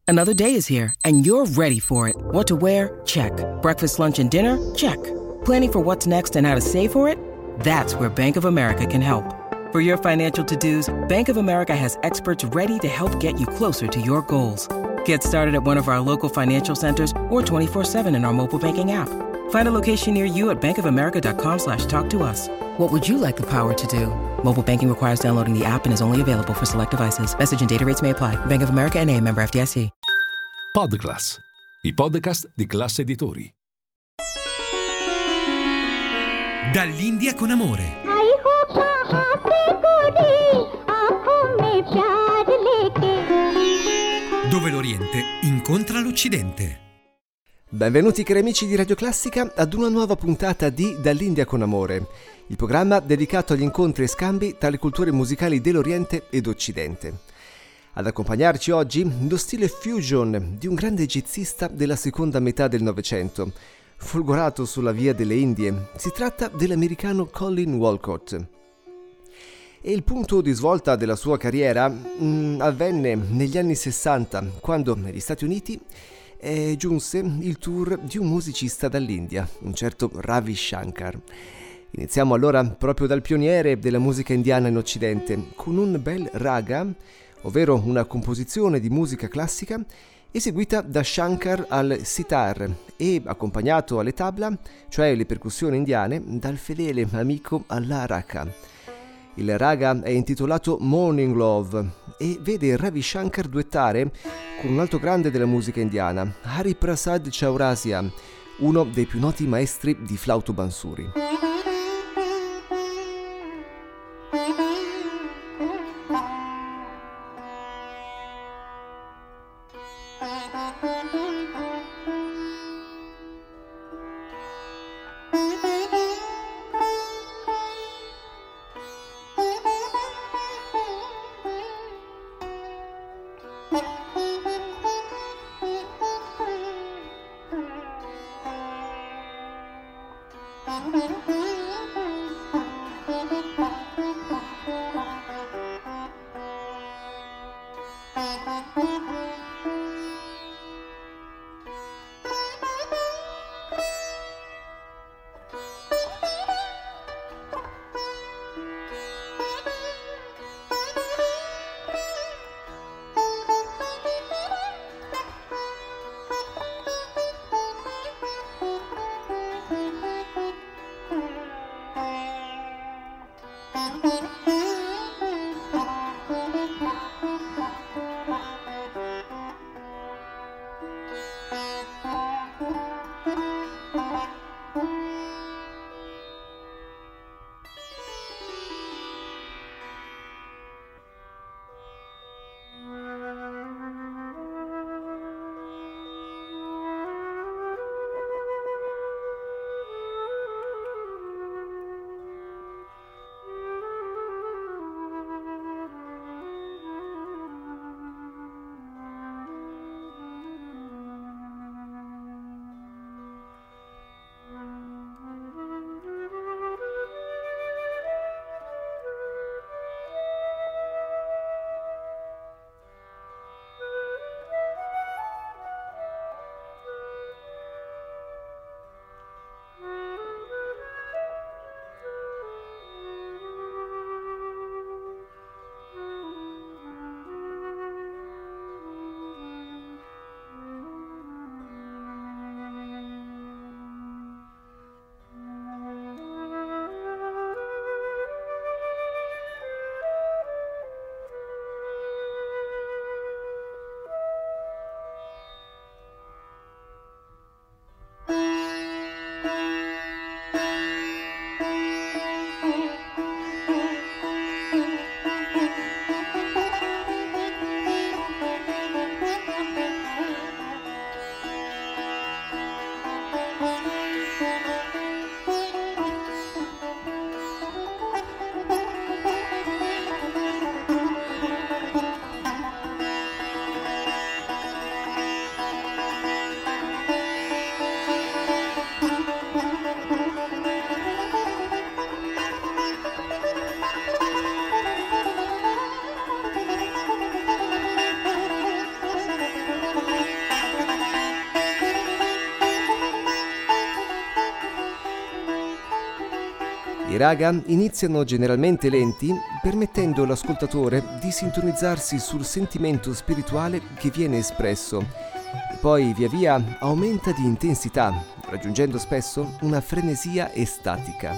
Another day is here, and you're ready for it. What to wear? Check. Breakfast, lunch, and dinner? Check. Planning for what's next and how to save for it? That's where Bank of America can help. For your financial to-dos, Bank of America has experts ready to help get you closer to your goals. Get started at one of our local financial centers or 24/7 in our mobile banking app. Find a location near you at bankofamerica.com/talktous. What would you like the power to do? Mobile banking requires downloading the app and is only available for select devices. Message and data rates may apply. Bank of America N.A., member FDIC. Podclass, i podcast di Classe Editori. Dall'India con amore. Dove l'Oriente incontra l'Occidente. Benvenuti cari amici di Radio Classica ad una nuova puntata di Dall'India con amore, il programma dedicato agli incontri e scambi tra le culture musicali dell'Oriente ed Occidente. Ad accompagnarci oggi lo stile fusion di un grande jazzista della seconda metà del Novecento, folgorato sulla via delle Indie. Si tratta dell'americano Colin Walcott. E il punto di svolta della sua carriera avvenne negli anni 60, quando negli Stati Uniti giunse il tour di un musicista dall'India, un certo Ravi Shankar. Iniziamo allora proprio dal pioniere della musica indiana in Occidente, con un bel raga, ovvero una composizione di musica classica eseguita da Shankar al sitar e accompagnato alle tabla, cioè le percussioni indiane, dal fedele amico all'haraka. Il raga è intitolato Morning Love e vede Ravi Shankar duettare con un altro grande della musica indiana, Hariprasad Chaurasia, uno dei più noti maestri di flauto bansuri. Mm-hmm. raga iniziano generalmente lenti, permettendo all'ascoltatore di sintonizzarsi sul sentimento spirituale che viene espresso, e poi via via aumenta di intensità, raggiungendo spesso una frenesia estatica.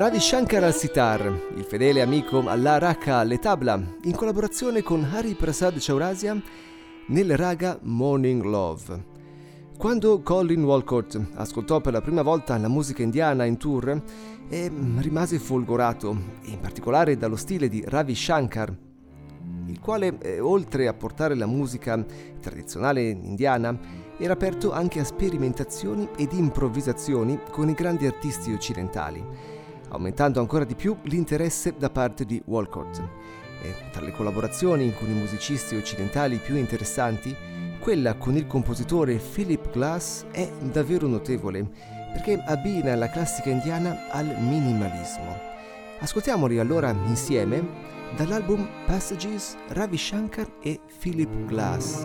Ravi Shankar al sitar, il fedele amico Allah Rakha alle tabla, in collaborazione con Hari Prasad Chaurasia nel raga Morning Love. Quando Colin Walcott ascoltò per la prima volta la musica indiana in tour, rimase folgorato, in particolare dallo stile di Ravi Shankar, il quale, oltre a portare la musica tradizionale indiana, era aperto anche a sperimentazioni ed improvvisazioni con i grandi artisti occidentali, aumentando ancora di più l'interesse da parte di Walcott. Tra le collaborazioni con i musicisti occidentali più interessanti, quella con il compositore Philip Glass è davvero notevole, perché abbina la classica indiana al minimalismo. Ascoltiamoli allora insieme dall'album Passages, Ravi Shankar e Philip Glass.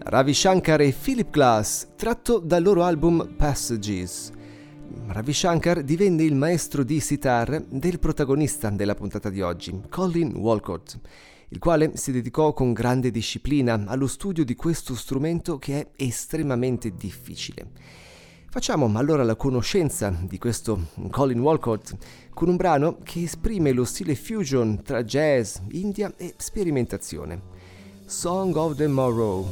Ravi Shankar e Philip Glass, tratto dal loro album Passages. Ravi Shankar divenne il maestro di sitar del protagonista della puntata di oggi, Colin Walcott, il quale si dedicò con grande disciplina allo studio di questo strumento che è estremamente difficile. Facciamo allora la conoscenza di questo Colin Walcott con un brano che esprime lo stile fusion tra jazz, India e sperimentazione. Song of the Morrow.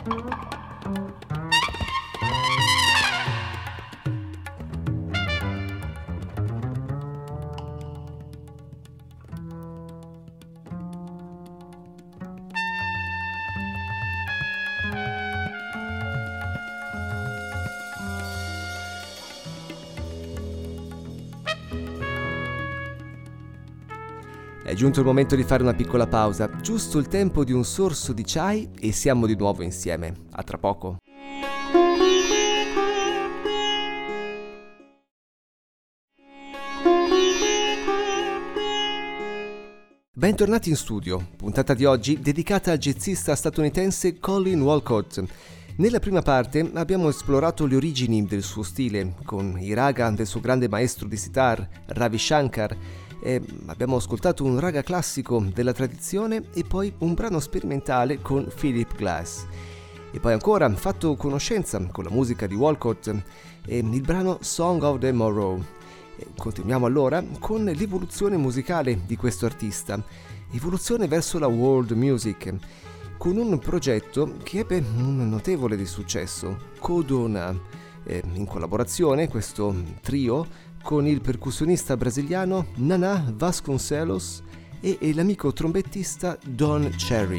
È giunto il momento di fare una piccola pausa, giusto il tempo di un sorso di chai e siamo di nuovo insieme. A tra poco. Bentornati in studio, puntata di oggi dedicata al jazzista statunitense Colin Walcott. Nella prima parte abbiamo esplorato le origini del suo stile, con i raga del suo grande maestro di sitar, Ravi Shankar, abbiamo ascoltato un raga classico della tradizione e poi un brano sperimentale con Philip Glass. E poi ancora fatto conoscenza con la musica di Walcott e il brano Song of the Morrow. Continuiamo allora con l'evoluzione musicale di questo artista, evoluzione verso la world music, con un progetto che ebbe un notevole di successo, Codona, in collaborazione questo trio con il percussionista brasiliano Naná Vasconcelos e l'amico trombettista Don Cherry.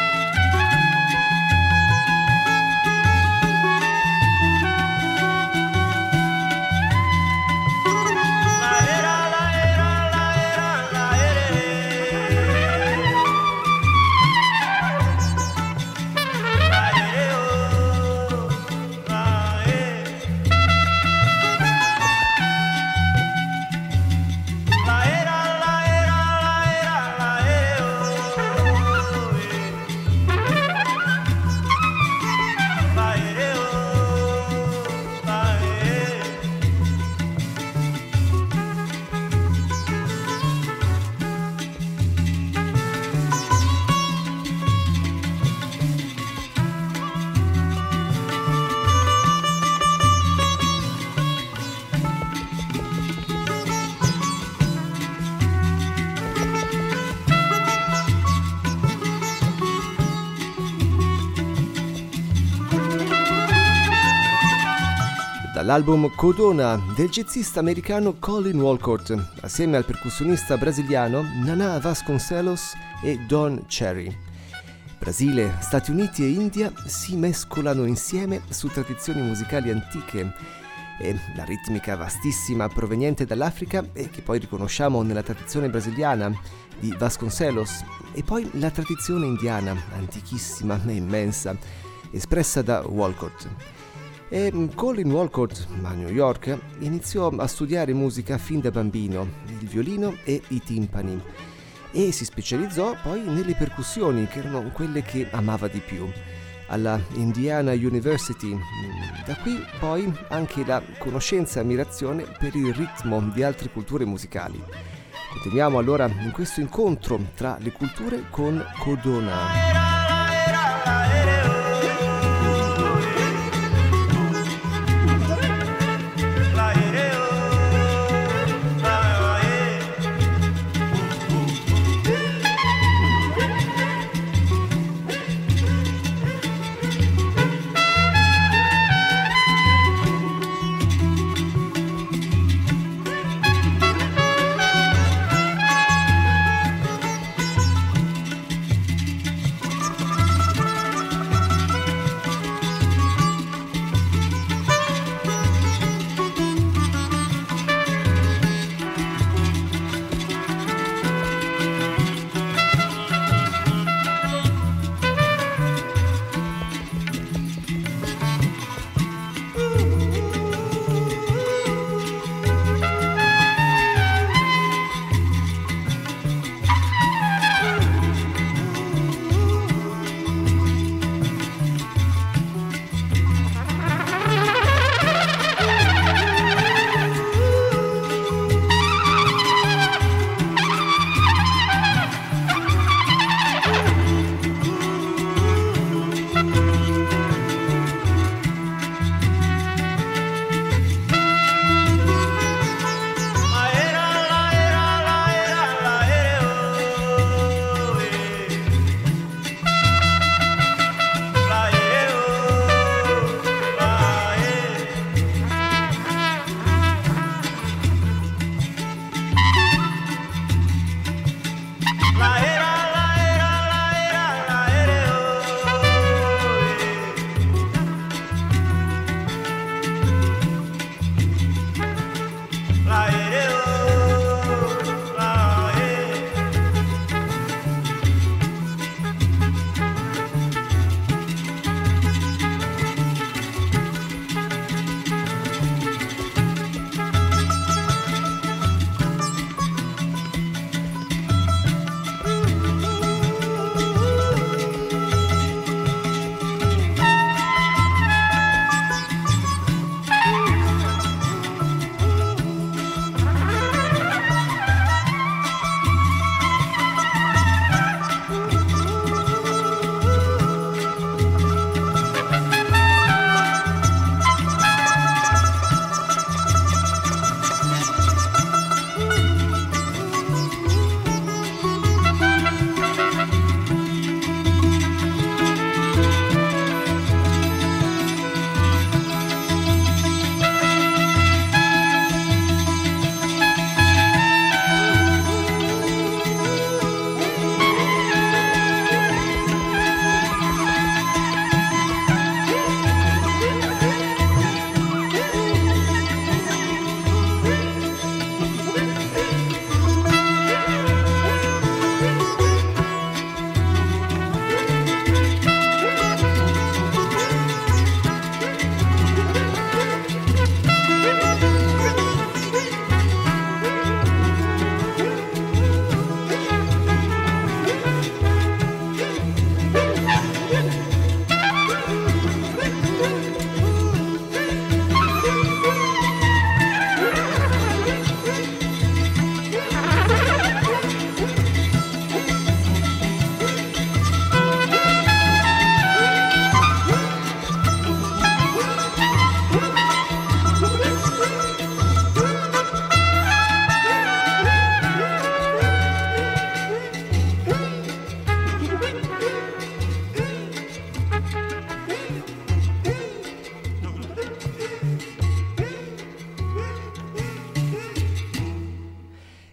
Dall'album Codona del jazzista americano Colin Walcott, assieme al percussionista brasiliano Naná Vasconcelos e Don Cherry. Brasile, Stati Uniti e India si mescolano insieme su tradizioni musicali antiche e la ritmica vastissima proveniente dall'Africa e che poi riconosciamo nella tradizione brasiliana di Vasconcelos e poi la tradizione indiana, antichissima e immensa, espressa da Walcott. E Colin Walcott, a New York, iniziò a studiare musica fin da bambino, il violino e i timpani, e si specializzò poi nelle percussioni, che erano quelle che amava di più, alla Indiana University. Da qui poi anche la conoscenza e ammirazione per il ritmo di altre culture musicali. Continuiamo allora in questo incontro tra le culture con Codona.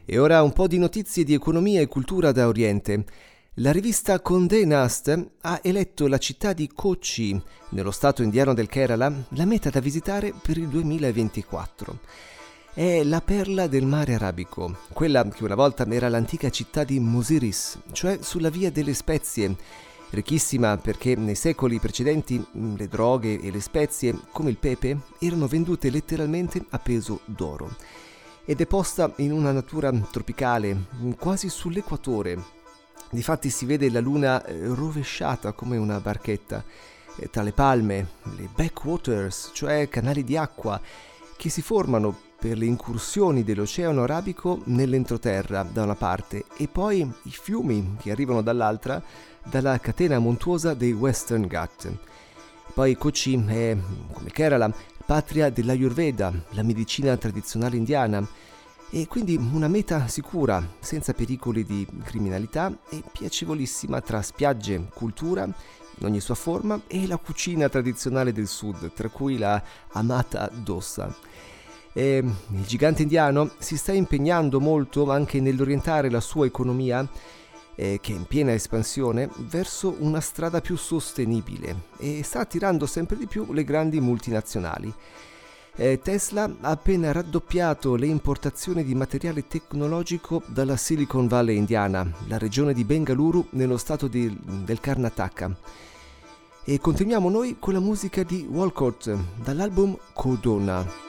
E ora un po' di notizie di economia e cultura da Oriente. La rivista Condé Nast ha eletto la città di Kochi, nello stato indiano del Kerala, la meta da visitare per il 2024. È la perla del mare arabico, quella che una volta era l'antica città di Musiris, cioè sulla via delle spezie, ricchissima perché nei secoli precedenti le droghe e le spezie, come il pepe, erano vendute letteralmente a peso d'oro. Ed è posta in una natura tropicale, quasi sull'equatore. Difatti si vede la luna rovesciata come una barchetta tra le palme, le backwaters, cioè canali di acqua che si formano per le incursioni dell'Oceano Arabico nell'entroterra da una parte e poi i fiumi che arrivano dall'altra, dalla catena montuosa dei Western Ghat. Poi Kochi è, come Kerala, patria dell'Ayurveda, la medicina tradizionale indiana, e quindi una meta sicura, senza pericoli di criminalità e piacevolissima tra spiagge, cultura in ogni sua forma e la cucina tradizionale del sud, tra cui la amata dosa. E il gigante indiano si sta impegnando molto anche nell'orientare la sua economia, che è in piena espansione, verso una strada più sostenibile e sta attirando sempre di più le grandi multinazionali. Tesla ha appena raddoppiato le importazioni di materiale tecnologico dalla Silicon Valley indiana, la regione di Bengaluru nello stato del Karnataka. E continuiamo noi con la musica di Walcott dall'album Codona.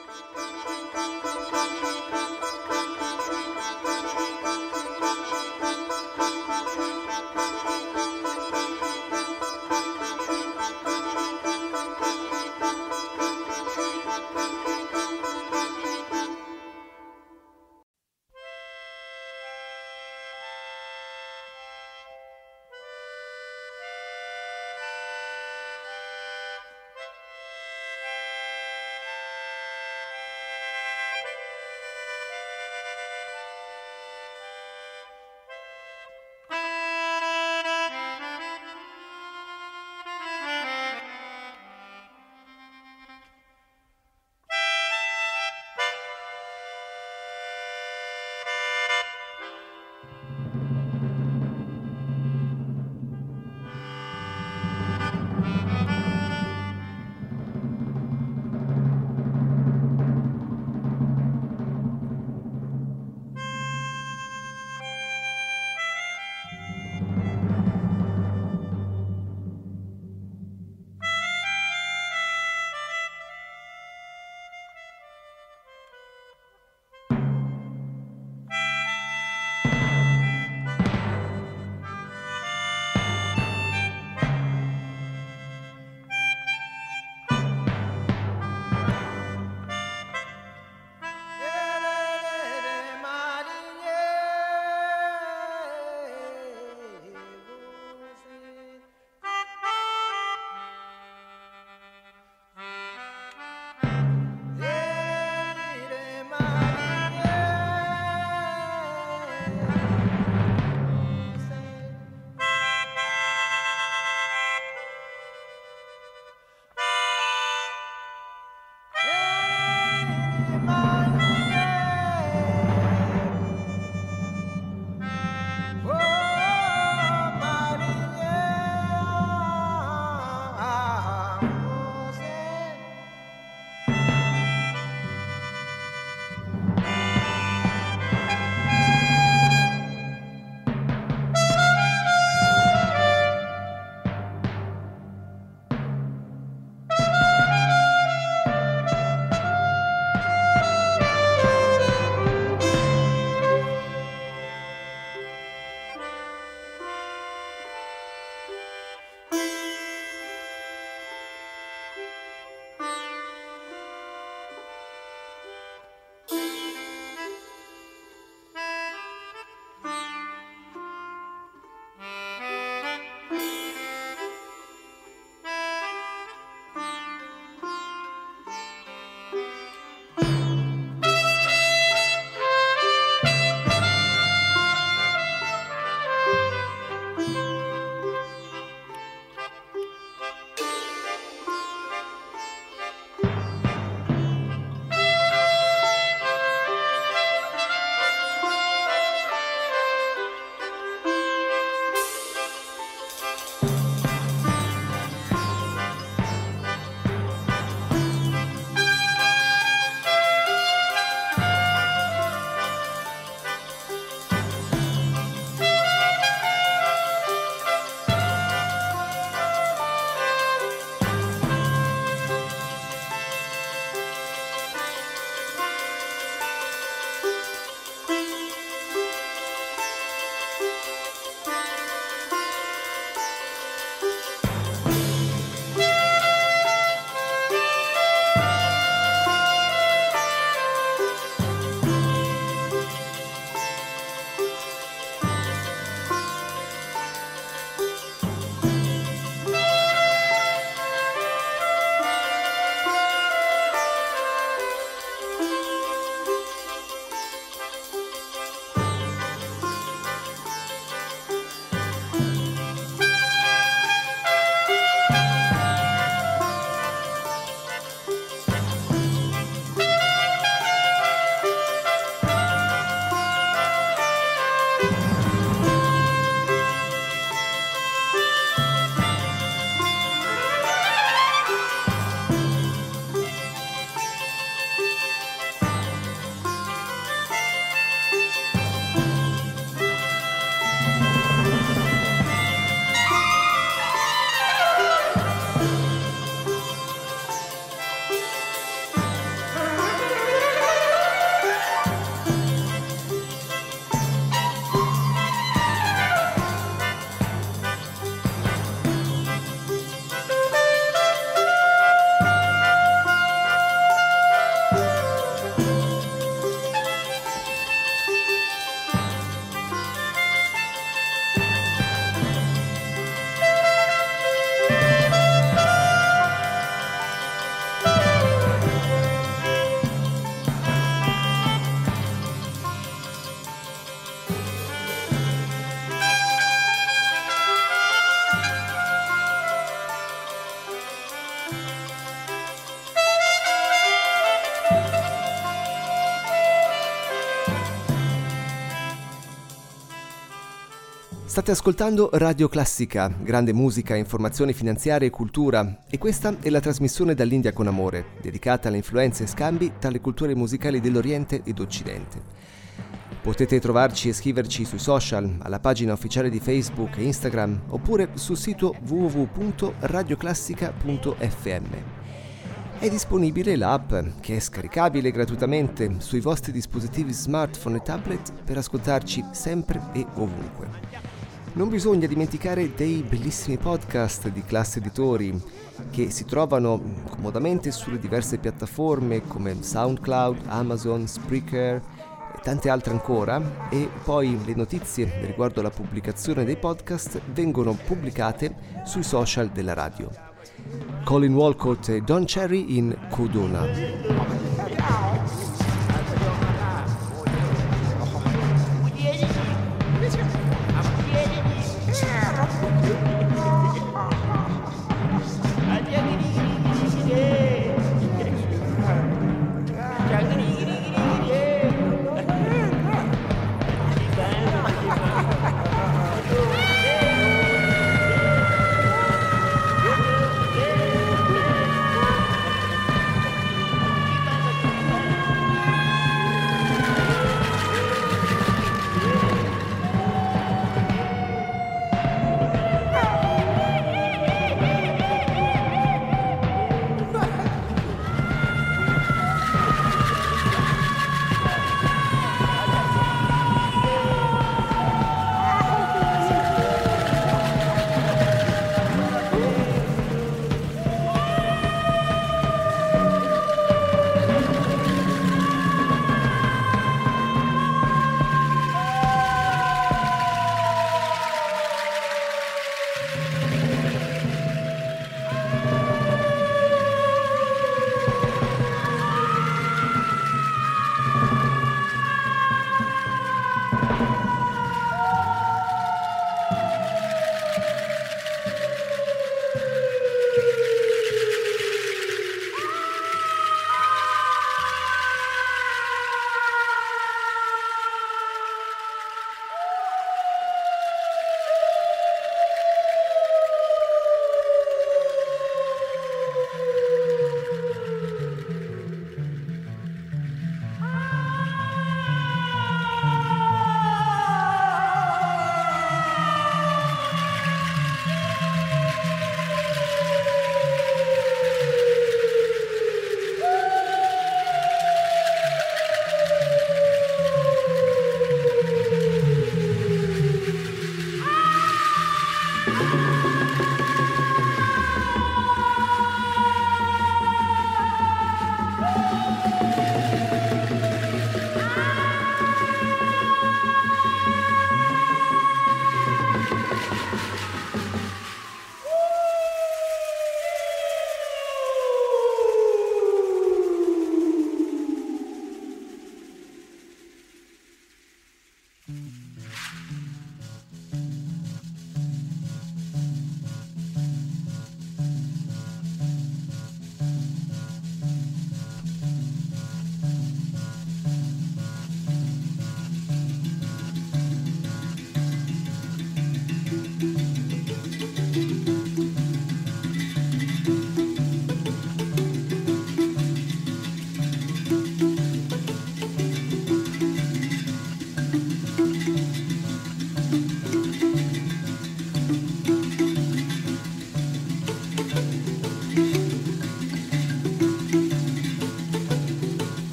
State ascoltando Radio Classica, grande musica, informazioni finanziarie e cultura, e questa è la trasmissione Dall'India con Amore, dedicata alle influenze e scambi tra le culture musicali dell'Oriente ed Occidente. Potete trovarci e scriverci sui social, alla pagina ufficiale di Facebook e Instagram, oppure sul sito www.radioclassica.fm. È disponibile l'app, che è scaricabile gratuitamente sui vostri dispositivi smartphone e tablet per ascoltarci sempre e ovunque. Non bisogna dimenticare dei bellissimi podcast di Classe Editori che si trovano comodamente sulle diverse piattaforme come SoundCloud, Amazon, Spreaker e tante altre ancora, e poi le notizie riguardo alla pubblicazione dei podcast vengono pubblicate sui social della radio. Colin Walcott e Don Cherry in Codona.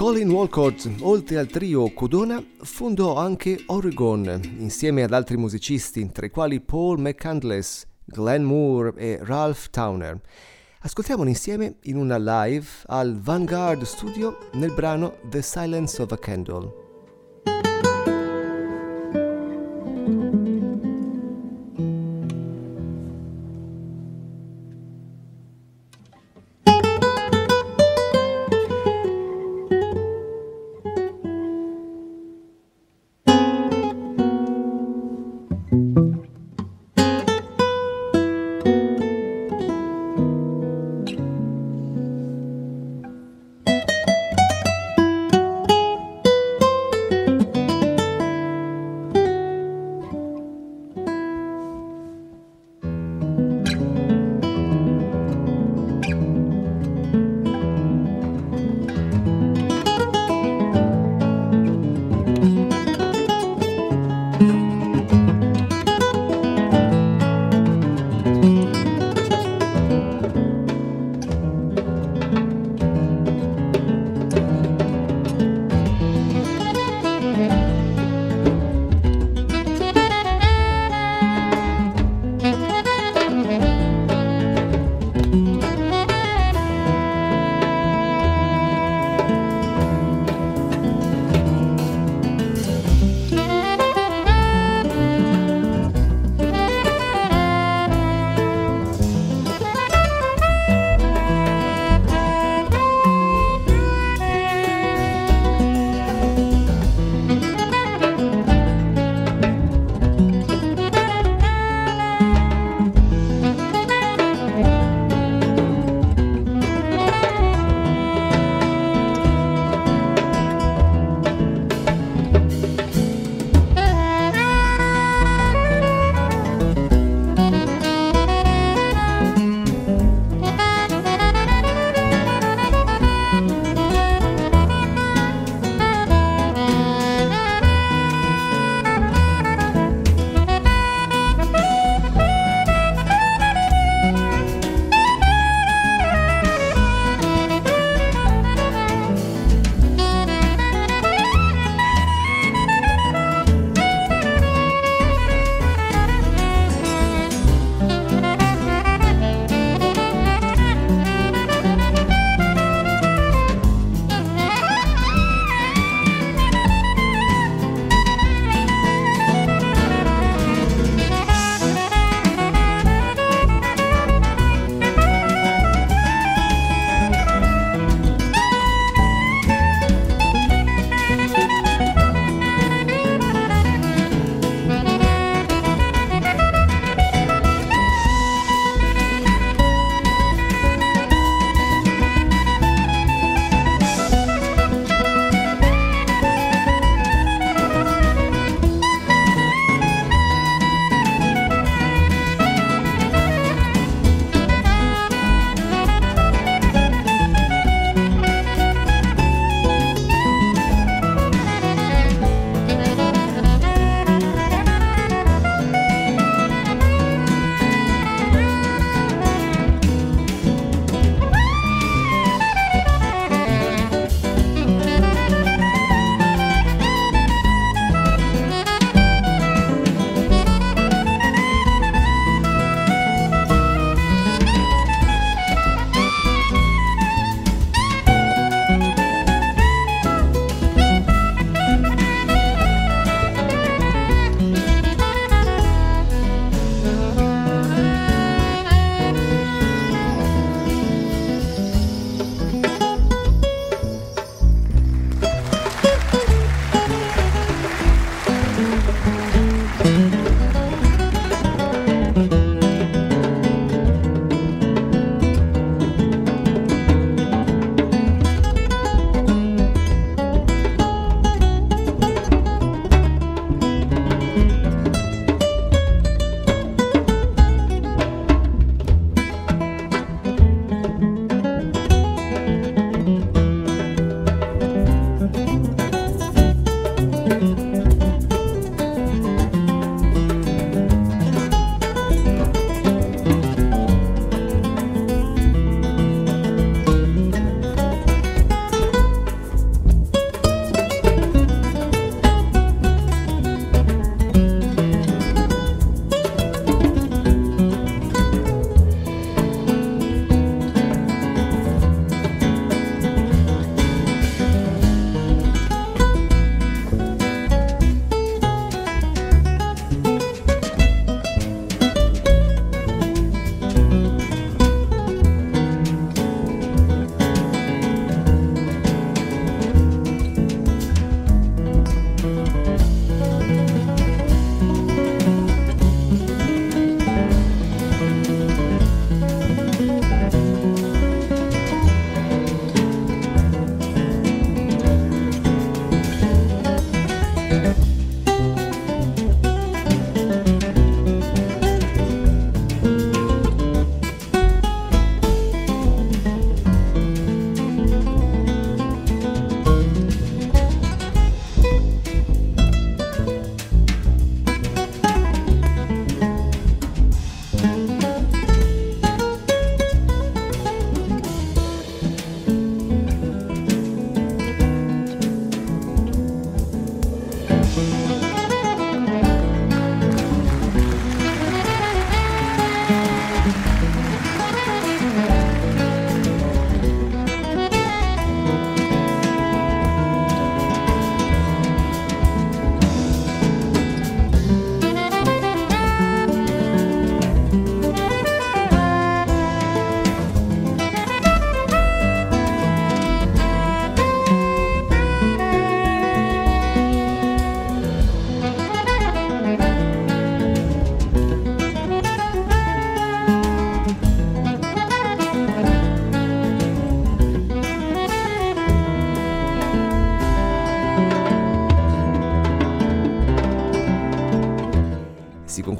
Colin Walcott, oltre al trio Codona, fondò anche Oregon, insieme ad altri musicisti, tra i quali Paul McCandless, Glenn Moore e Ralph Towner. Ascoltiamoli insieme in una live al Vanguard Studio nel brano The Silence of a Candle.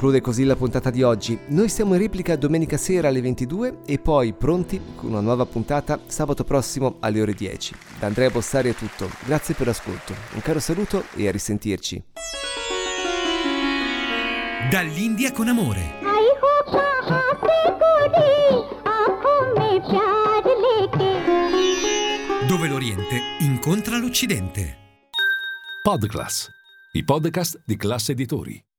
conclude così la puntata di oggi. Noi siamo in replica domenica sera alle 22 e poi pronti con una nuova puntata sabato prossimo alle ore 10. Da Andrea Bossari è tutto, grazie per l'ascolto, un caro saluto e a risentirci. Dall'India con amore. Dove l'Oriente incontra l'Occidente. Podclass, i podcast di Class Editori.